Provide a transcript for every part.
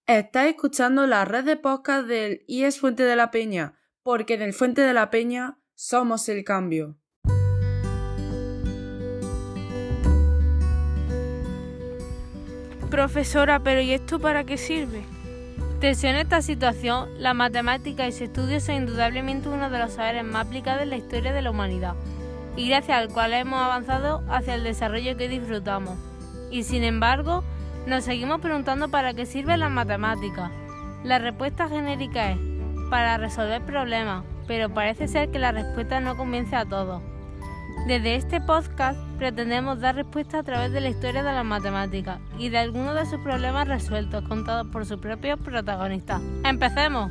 Estás escuchando la red de podcast del IES Fuente de la Peña, porque en el Fuente de la Peña somos el cambio. Profesora, ¿pero y esto para qué sirve? En esta situación, la matemática y su estudio son indudablemente uno de los saberes más aplicados en la historia de la humanidad, y gracias al cual hemos avanzado hacia el desarrollo que disfrutamos. Y sin embargo, nos seguimos preguntando para qué sirven las matemáticas. La respuesta genérica es para resolver problemas, pero parece ser que la respuesta no convence a todos. Desde este podcast pretendemos dar respuesta a través de la historia de las matemáticas y de algunos de sus problemas resueltos, contados por sus propios protagonistas. ¡Empecemos!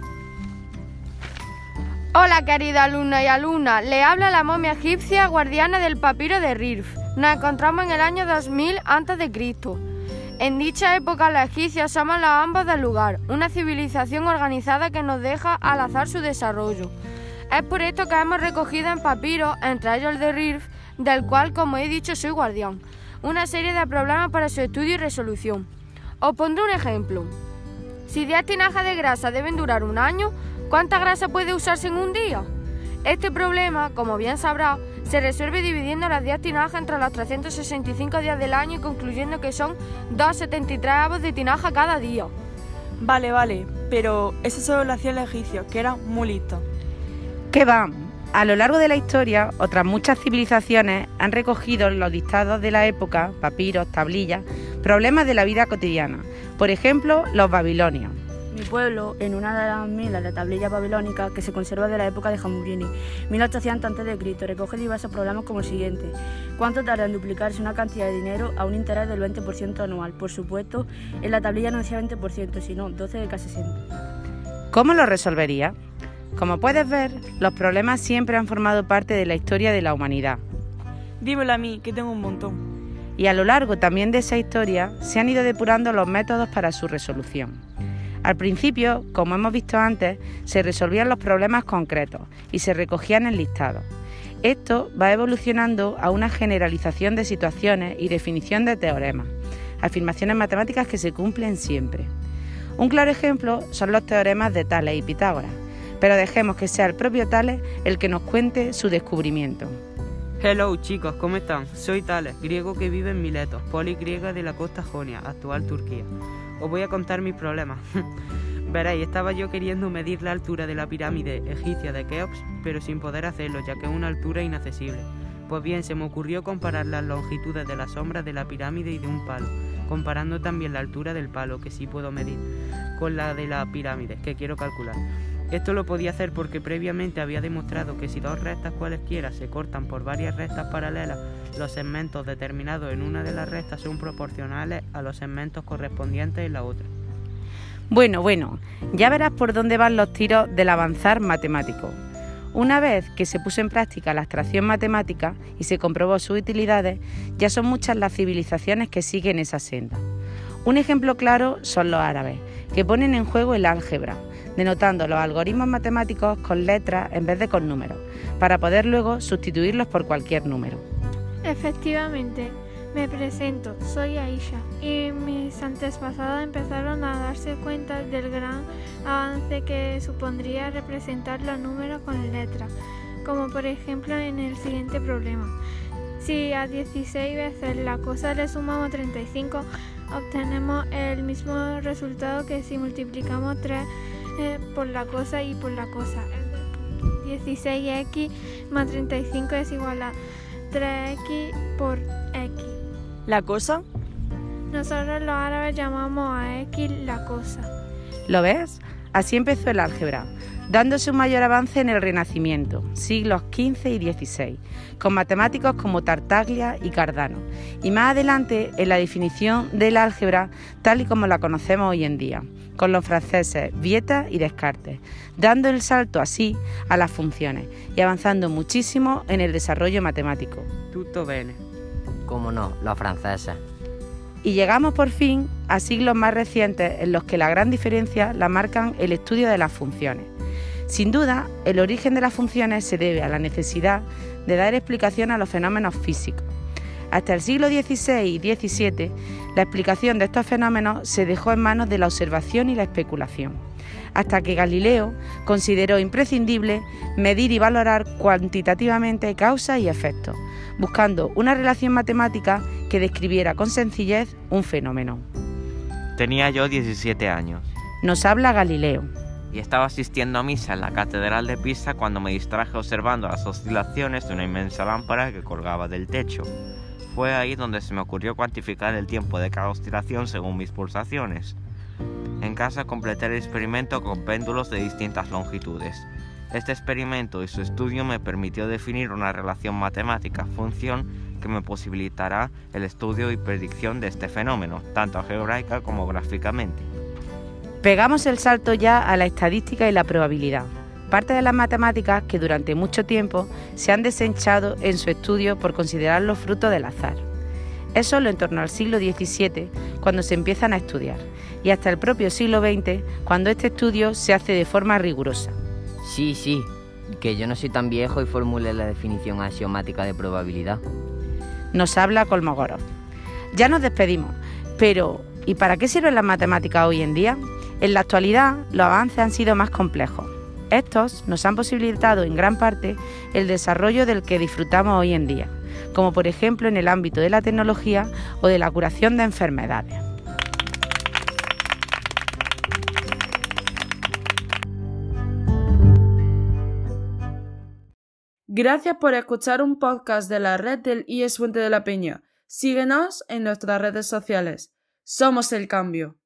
Hola querida alumna y alumna, le habla la momia egipcia guardiana del papiro de Rif. Nos encontramos en el año 2000 a.C. En dicha época los egipcios somos los ambos del lugar, una civilización organizada que nos deja al azar su desarrollo. Es por esto que hemos recogido en papiros, entre ellos el de Rif, del cual, como he dicho, soy guardián, una serie de problemas para su estudio y resolución. Os pondré un ejemplo. Si 10 tinajas de grasa deben durar un año, ¿cuánta grasa puede usarse en un día? Este problema, como bien sabrá, se resuelve dividiendo las 10 tinajas entre los 365 días del año y concluyendo que son 2,73 de tinaja cada día. Vale, pero eso solo lo hacían los egipcios, que eran muy listos. ¿Qué va? A lo largo de la historia, otras muchas civilizaciones han recogido en los dictados de la época, papiros, tablillas, problemas de la vida cotidiana. Por ejemplo, los babilonios. Mi pueblo, en una de las milas de tablilla babilónica que se conserva de la época de Jamburini, 1800 a.C., recoge diversos problemas como el siguiente. ¿Cuánto tarda en duplicarse una cantidad de dinero a un interés del 20% anual? Por supuesto, en la tablilla no decía 20%, sino 12 de cada 60. ¿Cómo lo resolvería? Como puedes ver, los problemas siempre han formado parte de la historia de la humanidad. Dímelo a mí, que tengo un montón. Y a lo largo también de esa historia se han ido depurando los métodos para su resolución. Al principio, como hemos visto antes, se resolvían los problemas concretos y se recogían en listados. Esto va evolucionando a una generalización de situaciones y definición de teoremas, afirmaciones matemáticas que se cumplen siempre. Un claro ejemplo son los teoremas de Tales y Pitágoras, pero dejemos que sea el propio Tales el que nos cuente su descubrimiento. Hello chicos, ¿cómo están? Soy Tales, griego que vive en Miletos, polis griega de la costa jonia, actual Turquía. Os voy a contar mis problemas. Veréis, estaba yo queriendo medir la altura de la pirámide egipcia de Keops, pero sin poder hacerlo, ya que es una altura inaccesible. Pues bien, se me ocurrió comparar las longitudes de las sombras de la pirámide y de un palo, comparando también la altura del palo, que sí puedo medir, con la de la pirámide, que quiero calcular. Esto lo podía hacer porque previamente había demostrado que si dos rectas cualesquiera se cortan por varias rectas paralelas, los segmentos determinados en una de las rectas son proporcionales a los segmentos correspondientes en la otra. Bueno, ya verás por dónde van los tiros del avanzar matemático. Una vez que se puso en práctica la abstracción matemática y se comprobó sus utilidades, ya son muchas las civilizaciones que siguen esa senda. Un ejemplo claro son los árabes, que ponen en juego el álgebra, denotando los algoritmos matemáticos con letras en vez de con números, para poder luego sustituirlos por cualquier número. Efectivamente, me presento, soy Aisha, y mis antepasados empezaron a darse cuenta del gran avance que supondría representar los números con letras, como por ejemplo en el siguiente problema. Si a 16 veces la cosa le sumamos 35, obtenemos el mismo resultado que si multiplicamos 3 por la cosa y por la cosa. 16x más 35 es igual a 3x por x. ¿La cosa? Nosotros los árabes llamamos a x la cosa. ¿Lo ves? Así empezó el álgebra, dándose un mayor avance en el Renacimiento, siglos XV y XVI, con matemáticos como Tartaglia y Cardano, y más adelante en la definición del álgebra tal y como la conocemos hoy en día, con los franceses Vieta y Descartes, dando el salto así a las funciones y avanzando muchísimo en el desarrollo matemático. Tutto bene. Cómo no, los franceses. Y llegamos por fin a siglos más recientes en los que la gran diferencia la marcan el estudio de las funciones. Sin duda, el origen de las funciones se debe a la necesidad de dar explicación a los fenómenos físicos. Hasta el siglo XVI y XVII, la explicación de estos fenómenos se dejó en manos de la observación y la especulación, hasta que Galileo consideró imprescindible medir y valorar cuantitativamente causas y efectos, buscando una relación matemática que describiera con sencillez un fenómeno. Tenía yo 17 años. Nos habla Galileo. Y estaba asistiendo a misa en la Catedral de Pisa cuando me distraje observando las oscilaciones de una inmensa lámpara que colgaba del techo. Fue ahí donde se me ocurrió cuantificar el tiempo de cada oscilación según mis pulsaciones. En casa completé el experimento con péndulos de distintas longitudes. Este experimento y su estudio me permitió definir una relación matemática, función que me posibilitará el estudio y predicción de este fenómeno, tanto algebraica como gráficamente. Pegamos el salto ya a la estadística y la probabilidad, parte de las matemáticas que durante mucho tiempo se han desechado en su estudio por considerarlos fruto del azar. Es solo en torno al siglo XVII cuando se empiezan a estudiar, y hasta el propio siglo XX cuando este estudio se hace de forma rigurosa. Sí, que yo no soy tan viejo y formulé la definición axiomática de probabilidad. Nos habla Kolmogorov. Ya nos despedimos, pero ¿y para qué sirven las matemáticas hoy en día? En la actualidad, los avances han sido más complejos. Estos nos han posibilitado en gran parte el desarrollo del que disfrutamos hoy en día, como por ejemplo en el ámbito de la tecnología o de la curación de enfermedades. Gracias por escuchar un podcast de la red del IES Fuente de la Peña. Síguenos en nuestras redes sociales. Somos el cambio.